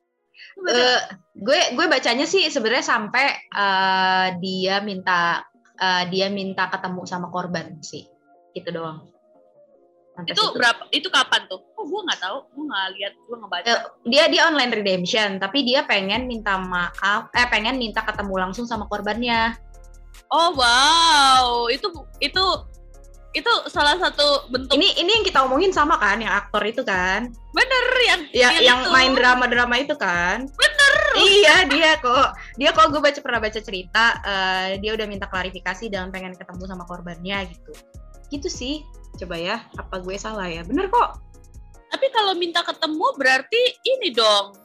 Uh, gue gue bacanya sih sebenarnya sampai uh, dia minta uh, dia minta ketemu sama korban sih, itu doang. Sampai itu situ. Berapa? Itu kapan tuh? Oh, gue nggak tahu, gue nggak lihat, gue nggak baca. Uh, dia dia online redemption, tapi dia pengen minta maaf, eh pengen minta ketemu langsung sama korbannya. Oh wow, itu itu itu salah satu bentuk. Ini ini yang kita omongin sama kan, yang aktor itu kan? Bener yang ya, yang, yang itu. main drama-drama itu kan? Bener. Iya dia kok, dia kok gue baca pernah baca cerita, uh, dia udah minta klarifikasi dan pengen ketemu sama korbannya gitu. Gitu sih. Coba ya, apa gue salah ya? Bener kok. Tapi kalau minta ketemu berarti ini dong,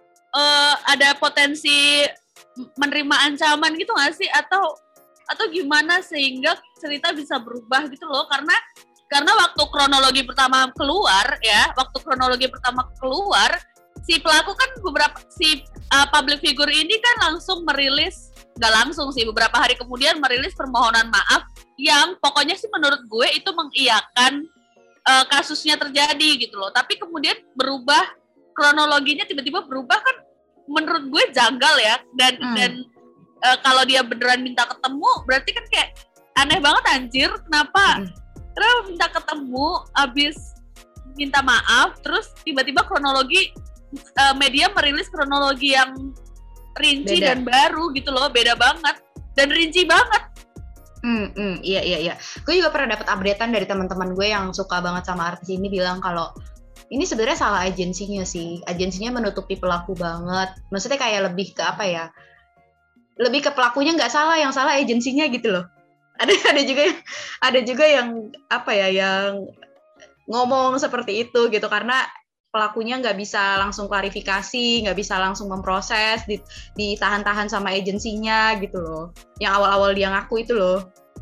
uh, ada potensi menerima ancaman gitu nggak sih? Atau atau gimana sehingga cerita bisa berubah gitu loh, karena karena waktu kronologi pertama keluar ya waktu kronologi pertama keluar si pelaku kan beberapa si uh, public figure ini kan langsung merilis, nggak langsung sih, beberapa hari kemudian merilis permohonan maaf yang pokoknya sih menurut gue itu mengiyakan uh, kasusnya terjadi gitu loh. Tapi kemudian berubah kronologinya, tiba-tiba berubah kan menurut gue janggal ya, dan hmm. dan Uh, kalau dia beneran minta ketemu, berarti kan kayak aneh banget anjir. Kenapa? Mm. Kenapa minta ketemu, abis minta maaf, terus tiba-tiba kronologi uh, media merilis kronologi yang rinci beda. Dan baru gitu loh, beda banget dan rinci banget. Hmm, hmm, iya iya iya. Gue juga pernah dapat updatean dari teman-teman gue yang suka banget sama artis ini, bilang kalau ini sebenarnya salah agensinya sih. Agensinya menutupi pelaku banget. Maksudnya kayak lebih ke apa ya? Lebih ke pelakunya nggak salah, yang salah agensinya gitu loh. Ada ada juga yang ada juga yang apa ya, yang ngomong seperti itu gitu, karena pelakunya nggak bisa langsung klarifikasi, nggak bisa langsung memproses, ditahan-tahan sama agensinya gitu loh. Yang awal-awal dia ngaku itu loh.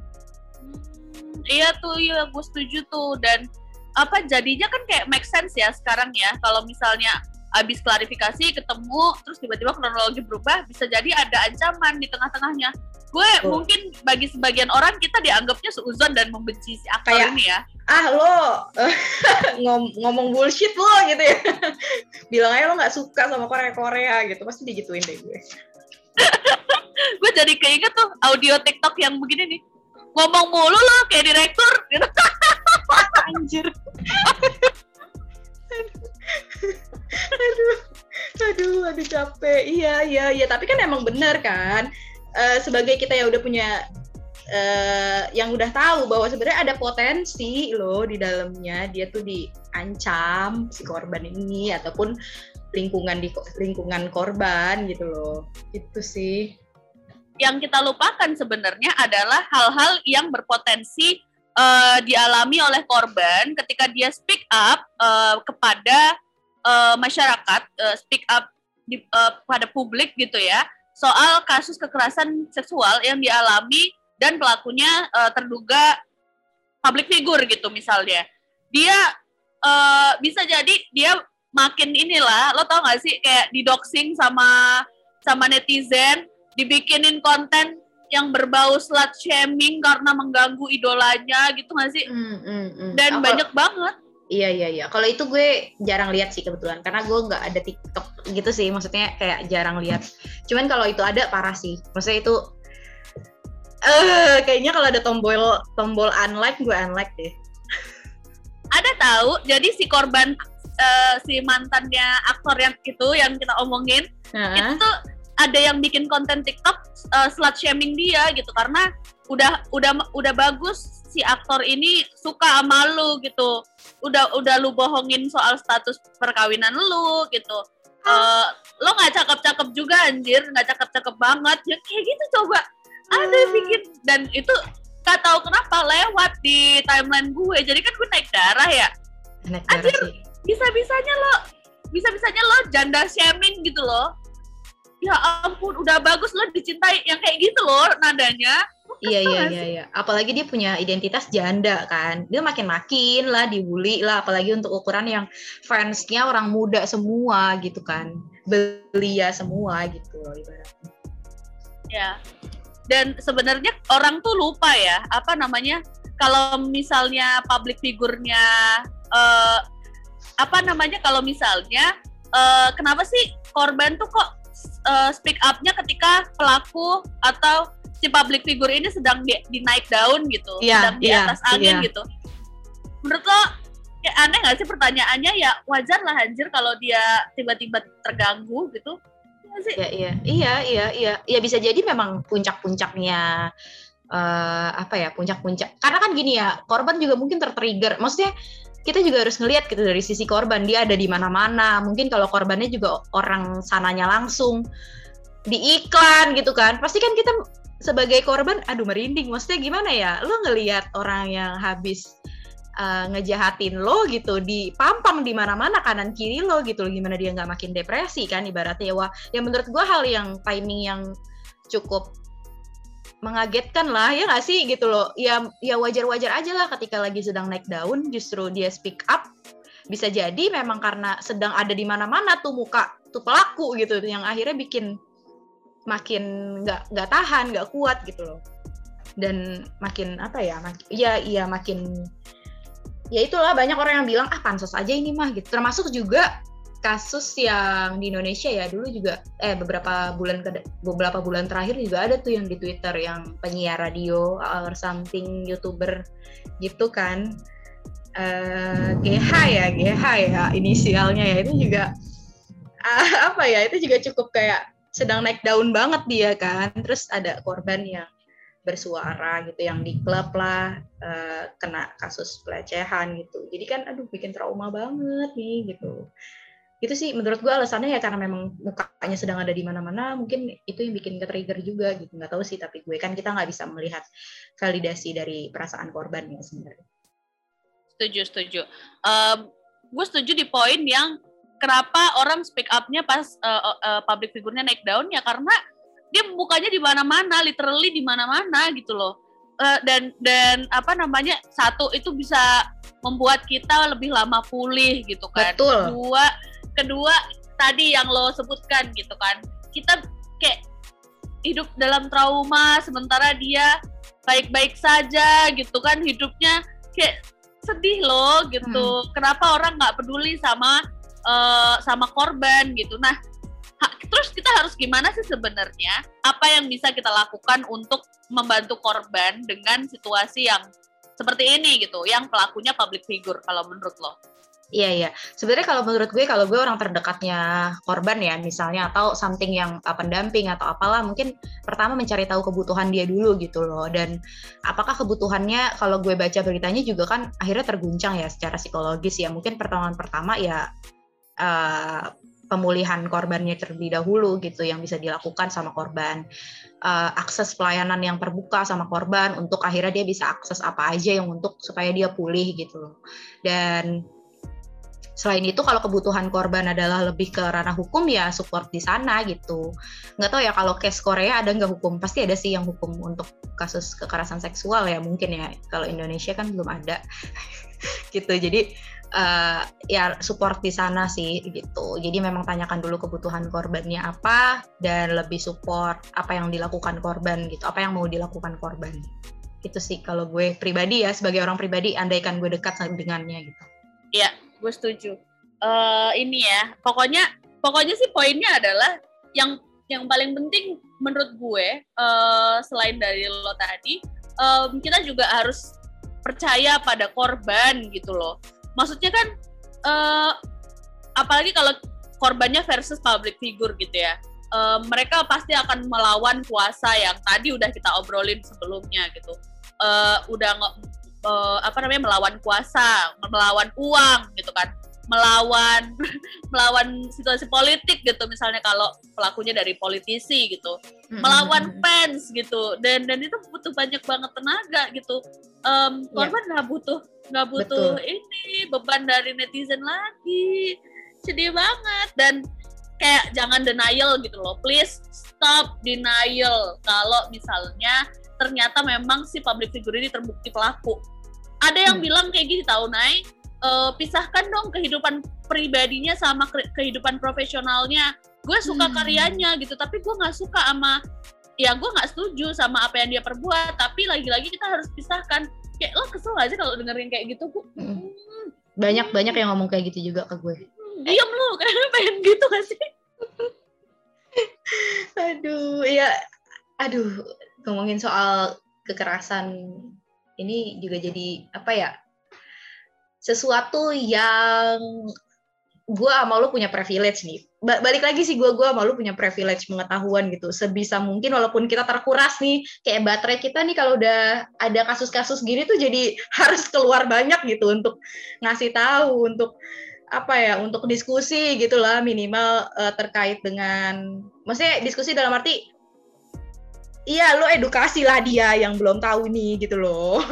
Hmm, iya tuh, iya gue setuju tuh. Dan apa jadinya kan kayak make sense ya sekarang ya, kalau misalnya abis klarifikasi ketemu terus tiba-tiba kronologi berubah, bisa jadi ada ancaman di tengah-tengahnya. Gue oh. mungkin bagi sebagian orang kita dianggapnya seuzon dan membenci si aktor kayak, ini ya. Ah lo ngom- ngomong bullshit lo gitu ya. Bilang aja lo nggak suka sama Korea-Korea gitu, pasti digituin deh gue. Gue jadi keinget tuh audio TikTok yang begini nih. ngomong mulu lo kayak direktur gitu. Anjir. aduh, aduh, aduh capek. Iya, iya, iya. Tapi kan emang benar kan. Uh, sebagai kita yang udah punya, uh, yang udah tahu bahwa sebenarnya ada potensi loh di dalamnya. Dia tuh diancam si korban ini ataupun lingkungan di lingkungan korban gitu loh. Itu sih. Yang kita lupakan sebenarnya adalah hal-hal yang berpotensi uh, dialami oleh korban ketika dia speak up uh, kepada uh, masyarakat, uh, speak up di, uh, pada publik gitu ya, soal kasus kekerasan seksual yang dialami dan pelakunya uh, terduga public figure gitu misalnya. Dia uh, bisa jadi dia makin inilah, lo tau gak sih kayak didoxing sama sama netizen, dibikinin konten yang berbau slut shaming karena mengganggu idolanya gitu gak sih? Mm, mm, mm. Dan oh, banyak kalau, banget. Iya iya iya. Kalau itu gue jarang lihat sih kebetulan karena gue nggak ada TikTok gitu sih. Maksudnya kayak jarang lihat. Cuman kalau itu ada parah sih. Maksudnya itu uh, kayaknya kalau ada tombol tombol unlike gue unlike deh. Ada tahu. Jadi si korban uh, si mantannya aktor yang itu yang kita omongin uh-huh. itu tuh ada yang bikin konten TikTok uh, slut shaming dia gitu karena udah udah udah bagus si aktor ini suka sama lu gitu. Udah udah lu bohongin soal status perkawinan lu gitu. Uh, lo nggak cakep-cakep juga anjir, nggak cakep-cakep banget. Ya kayak gitu coba. Ada bikin dan itu gak tahu kenapa lewat di timeline gue. Jadi kan gue naik darah ya. Naik darah anjir, sih. Bisa-bisanya lo bisa-bisanya lo janda shaming gitu loh. Ya ampun, udah bagus lo dicintai yang kayak gitu loh nadanya. Iya iya iya iya. Apalagi dia punya identitas janda kan. Dia makin-makin lah dibully lah, apalagi untuk ukuran yang fansnya orang muda semua gitu kan. Belia semua gitu loh ibaratnya. Ya. Dan sebenarnya orang tuh lupa ya, apa namanya? Kalau misalnya public figure-nya uh, apa namanya? Kalau misalnya uh, kenapa sih korban tuh kok uh, speak up-nya ketika pelaku atau si public figure ini sedang di, di naik daun gitu, yeah, sedang di yeah, atas angin yeah. gitu. Menurut lo kayak aneh nggak sih pertanyaannya? Ya wajar lah anjir kalau dia tiba-tiba terganggu gitu. Sih? Ya, iya iya iya iya iya bisa jadi memang puncak-puncaknya uh, apa ya puncak-puncak karena kan gini ya korban juga mungkin tertrigger, maksudnya kita juga harus ngelihat gitu dari sisi korban, dia ada di mana-mana, mungkin kalau korbannya juga orang sananya langsung di iklan gitu kan, pasti kan kita sebagai korban aduh merinding, maksudnya gimana ya, lo ngelihat orang yang habis Uh, ngejahatin lo gitu dipampang di mana-mana kanan kiri lo gitu, gimana dia nggak makin depresi kan ibaratnya. Wah, ya menurut gue hal yang timing yang cukup mengagetkan lah ya nggak sih gitu loh. Ya ya wajar-wajar aja lah ketika lagi sedang naik daun justru dia speak up, bisa jadi memang karena sedang ada di mana-mana tuh muka tuh pelaku gitu yang akhirnya bikin makin nggak nggak tahan nggak kuat gitu loh, dan makin apa ya mak- ya iya makin ya itulah banyak orang yang bilang ah pansos aja ini mah gitu, termasuk juga kasus yang di Indonesia ya dulu juga eh beberapa bulan ke beberapa bulan terakhir juga ada tuh yang di Twitter yang penyiar radio or something YouTuber gitu kan, uh, G H ya G H ya inisialnya ya, itu juga uh, apa ya itu juga cukup kayak sedang naik daun banget dia kan, terus ada korban yang bersuara gitu yang di klub lah uh, kena kasus pelecehan gitu, jadi kan aduh bikin trauma banget nih gitu. Itu sih menurut gue alasannya ya karena memang mukanya sedang ada di mana-mana, mungkin itu yang bikin ke-trigger juga gitu, nggak tahu sih, tapi gue kan kita nggak bisa melihat validasi dari perasaan korbannya sebenarnya. Setuju setuju. Um, gue setuju di poin yang kenapa orang speak up-nya pas uh, uh, public figure-nya naik daun ya karena dia mukanya di mana-mana, literally di mana-mana gitu loh. Uh, dan dan apa namanya? Satu itu bisa membuat kita lebih lama pulih gitu kan. Betul. Kedua, kedua tadi yang lo sebutkan gitu kan. Kita kayak hidup dalam trauma sementara dia baik-baik saja gitu kan, hidupnya kayak sedih loh gitu. Hmm. Kenapa orang nggak peduli sama uh, sama korban gitu. Nah, ha, terus kita harus gimana sih sebenarnya? Apa yang bisa kita lakukan untuk membantu korban dengan situasi yang seperti ini gitu, yang pelakunya public figure kalau menurut lo? Iya, iya. Sebenarnya kalau menurut gue, kalau gue orang terdekatnya korban ya, misalnya, atau something yang uh, pendamping atau apalah, mungkin pertama mencari tahu kebutuhan dia dulu gitu loh. Dan apakah kebutuhannya, kalau gue baca beritanya juga kan akhirnya terguncang ya secara psikologis ya. Mungkin pertolongan pertama ya uh, pemulihan korbannya terlebih dahulu gitu, yang bisa dilakukan sama korban. Uh, akses pelayanan yang terbuka sama korban untuk akhirnya dia bisa akses apa aja yang untuk supaya dia pulih gitu loh. Dan selain itu kalau kebutuhan korban adalah lebih ke ranah hukum ya support di sana gitu. Nggak tahu ya kalau case Korea ada nggak hukum, pasti ada sih yang hukum untuk kasus kekerasan seksual ya mungkin ya, kalau Indonesia kan belum ada gitu. Jadi uh, ya support di sana sih gitu. Jadi memang tanyakan dulu kebutuhan korbannya apa dan lebih support apa yang dilakukan korban gitu, apa yang mau dilakukan korban. Itu sih kalau gue pribadi ya, sebagai orang pribadi, andaikan gue dekat dengannya gitu. Iya, gue setuju. Uh, ini ya, pokoknya pokoknya sih poinnya adalah yang yang paling penting menurut gue uh, selain dari lo tadi, um, kita juga harus percaya pada korban gitu loh. Maksudnya kan, uh, apalagi kalau korbannya versus public figure gitu ya, uh, mereka pasti akan melawan kuasa yang tadi udah kita obrolin sebelumnya gitu. Uh, udah nggak Uh, apa namanya melawan kuasa, melawan uang gitu kan, melawan melawan situasi politik gitu, misalnya kalau pelakunya dari politisi gitu, mm-hmm. melawan fans gitu, dan dan itu butuh banyak banget tenaga gitu. Um, korban nggak yeah. butuh nggak butuh Betul. Ini beban dari netizen lagi, sedih banget. Dan kayak jangan denial gitu loh, please stop denial kalau misalnya ternyata memang si public figure ini terbukti pelaku. Ada yang hmm. bilang kayak gini tau, Nay, uh, pisahkan dong kehidupan pribadinya sama ke- kehidupan profesionalnya. Gue suka hmm. karyanya gitu, tapi gue nggak suka sama, ya gue nggak setuju sama apa yang dia perbuat. Tapi lagi-lagi kita harus pisahkan. Kayak lo kesel aja kalau dengerin kayak gitu, Bu. Hmm. Banyak-banyak yang ngomong kayak gitu juga ke gue. Hmm, diam lu, karena pengen gitu gak sih? Aduh, ya, aduh, ngomongin soal kekerasan ini juga jadi apa ya, sesuatu yang gue sama lu punya privilege nih. Ba- balik lagi sih gue gue sama lu punya privilege pengetahuan gitu, sebisa mungkin walaupun kita terkuras nih kayak baterai kita nih, kalau udah ada kasus-kasus gini tuh jadi harus keluar banyak gitu untuk ngasih tahu, untuk apa ya, untuk diskusi gitulah minimal uh, terkait dengan, maksudnya diskusi dalam arti iya, lo edukasi lah dia yang belum tahu nih gitu loh.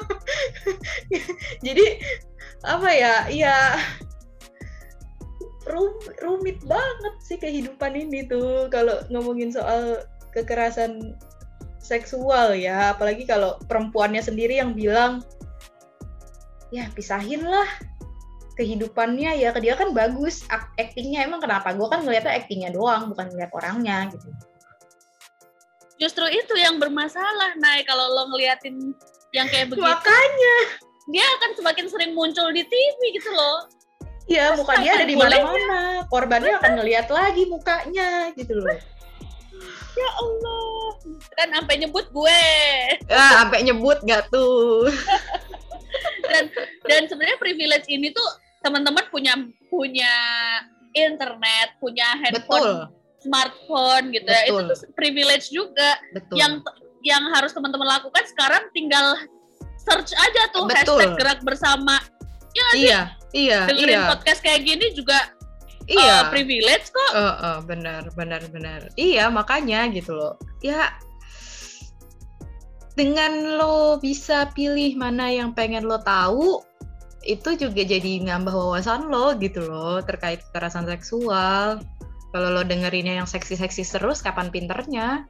Jadi apa ya, ya rum, rumit banget sih kehidupan ini tuh kalau ngomongin soal kekerasan seksual ya. Apalagi kalau perempuannya sendiri yang bilang, ya pisahin lah kehidupannya ya. Ke dia kan bagus aktingnya, emang kenapa? Gue kan ngeliatnya aktingnya doang, bukan ngeliat orangnya gitu. Justru itu yang bermasalah, Nay, kalau lo ngeliatin yang kayak begitu. Makanya dia akan semakin sering muncul di T V gitu loh. Iya, muka dia ada di mana-mana. Korbannya akan ngeliat lagi mukanya gitu loh. Ya Allah, kan sampai nyebut gue. Ya, sampai nyebut nggak tuh. dan dan sebenarnya privilege ini tuh teman-teman punya punya internet, punya handphone. Betul. Smartphone gitu. Betul. Ya, itu tuh privilege juga. Betul. Yang yang harus teman-teman lakukan sekarang tinggal search aja tuh Betul. hashtag gerak bersama. Ya nggak sih? Iya, iya. Dengerin iya. podcast kayak gini juga iya. uh, privilege kok. Uh, uh, benar, benar, benar. Iya, makanya gitu loh. Ya, dengan lo bisa pilih mana yang pengen lo tahu, itu juga jadi ngambah wawasan lo gitu loh terkait kekerasan seksual. Kalau lo dengerinnya yang seksi-seksi terus, kapan pinternya?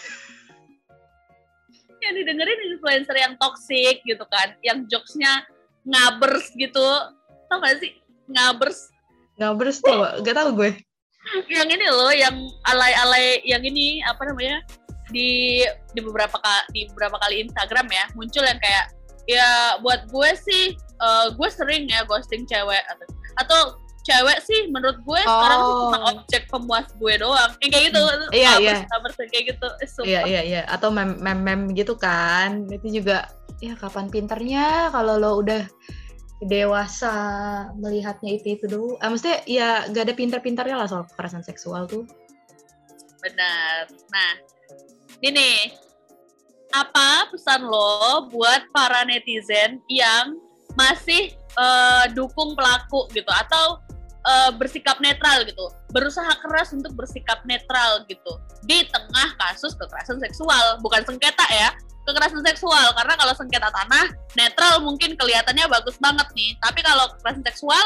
Yang didengerin influencer yang toksik gitu kan, yang jokesnya ngabers gitu, tau gak sih? Ngabers. Ngabers tuh, gak tau gue. Yang ini loh, yang alay-alay, yang ini apa namanya? Di di beberapa kali di beberapa kali Instagram ya, muncul yang kayak, ya buat gue sih, uh, gue sering ya ghosting cewek atau, atau cewek sih menurut gue Oh. sekarang tuh cuma objek pemuas gue doang. Eh, kayak gitu. Iya, Lovers, iya. lovers, kayak gitu. Eh, sumpah. Iya iya iya, atau mem-mem gitu kan. Itu juga ya kapan pinternya kalau lo udah dewasa melihatnya itu itu dulu. Ah, maksudnya ya gak ada pinter-pinternya lah soal kekerasan seksual tuh. Benar. Nah, ini nih, apa pesan lo buat para netizen yang masih uh, dukung pelaku gitu atau uh, bersikap netral gitu, berusaha keras untuk bersikap netral gitu di tengah kasus kekerasan seksual, bukan sengketa ya, kekerasan seksual, karena kalau sengketa tanah netral mungkin kelihatannya bagus banget nih, tapi kalau kekerasan seksual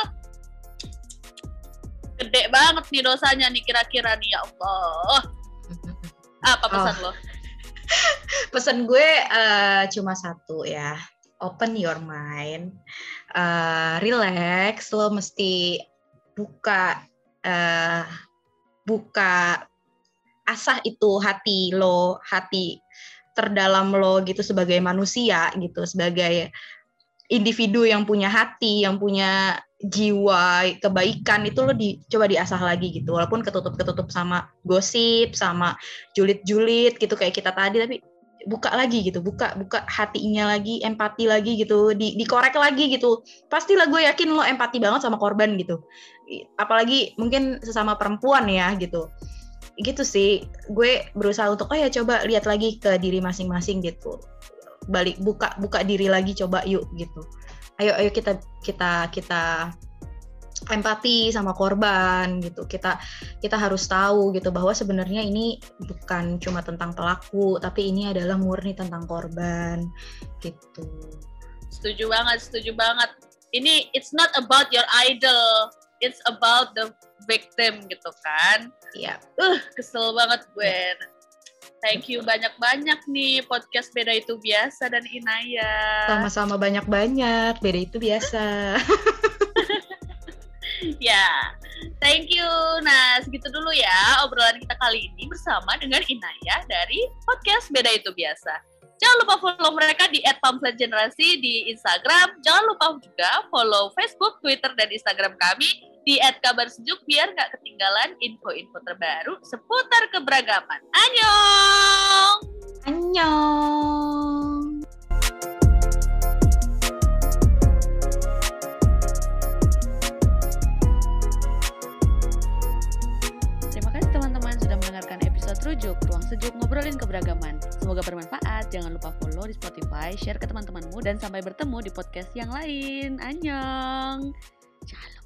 gede banget nih dosanya nih kira-kira nih, ya Allah. Apa pesan oh. lo? Pesan gue uh, cuma satu ya, open your mind, uh, relax, lo mesti buka uh, buka asah itu hati lo, hati terdalam lo gitu sebagai manusia gitu, sebagai individu yang punya hati, yang punya jiwa kebaikan, itu lo di, coba diasah lagi gitu, walaupun ketutup-ketutup sama gosip, sama julid-julid gitu kayak kita tadi, tapi buka lagi gitu, buka buka hatinya lagi, empati lagi gitu, di dikorek lagi gitu. Pastilah gue yakin lo empati banget sama korban gitu. Apalagi mungkin sesama perempuan ya gitu. Gitu sih, gue berusaha untuk oh ya coba lihat lagi ke diri masing-masing gitu. Balik buka buka diri lagi, coba yuk gitu. Ayo ayo kita kita kita empati sama korban gitu. Kita kita harus tahu gitu bahwa sebenarnya ini bukan cuma tentang pelaku, tapi ini adalah murni tentang korban gitu. Setuju banget, setuju banget. Ini it's not about your idol, it's about the victim gitu kan. Iya. Uh, kesel banget gue. Thank you banyak-banyak nih podcast Beda Itu Biasa dan Inaya. Sama-sama banyak-banyak, Beda Itu Biasa. Ya, thank you. Nah, segitu dulu ya obrolan kita kali ini bersama dengan Inaya dari podcast Beda Itu Biasa. Jangan lupa follow mereka di et pamflet generasi di Instagram. Jangan lupa juga follow Facebook, Twitter, dan Instagram kami di et kabar sejuk biar nggak ketinggalan info-info terbaru seputar keberagaman. Annyeong! Annyeong! Terima kasih teman-teman sudah mendengarkan episode Rujuk, Ruang Sejuk Ngobrolin Keberagaman. Semoga bermanfaat. Jangan lupa follow di Spotify, share ke teman-temanmu, dan sampai bertemu di podcast yang lain. Annyeong! Ciao.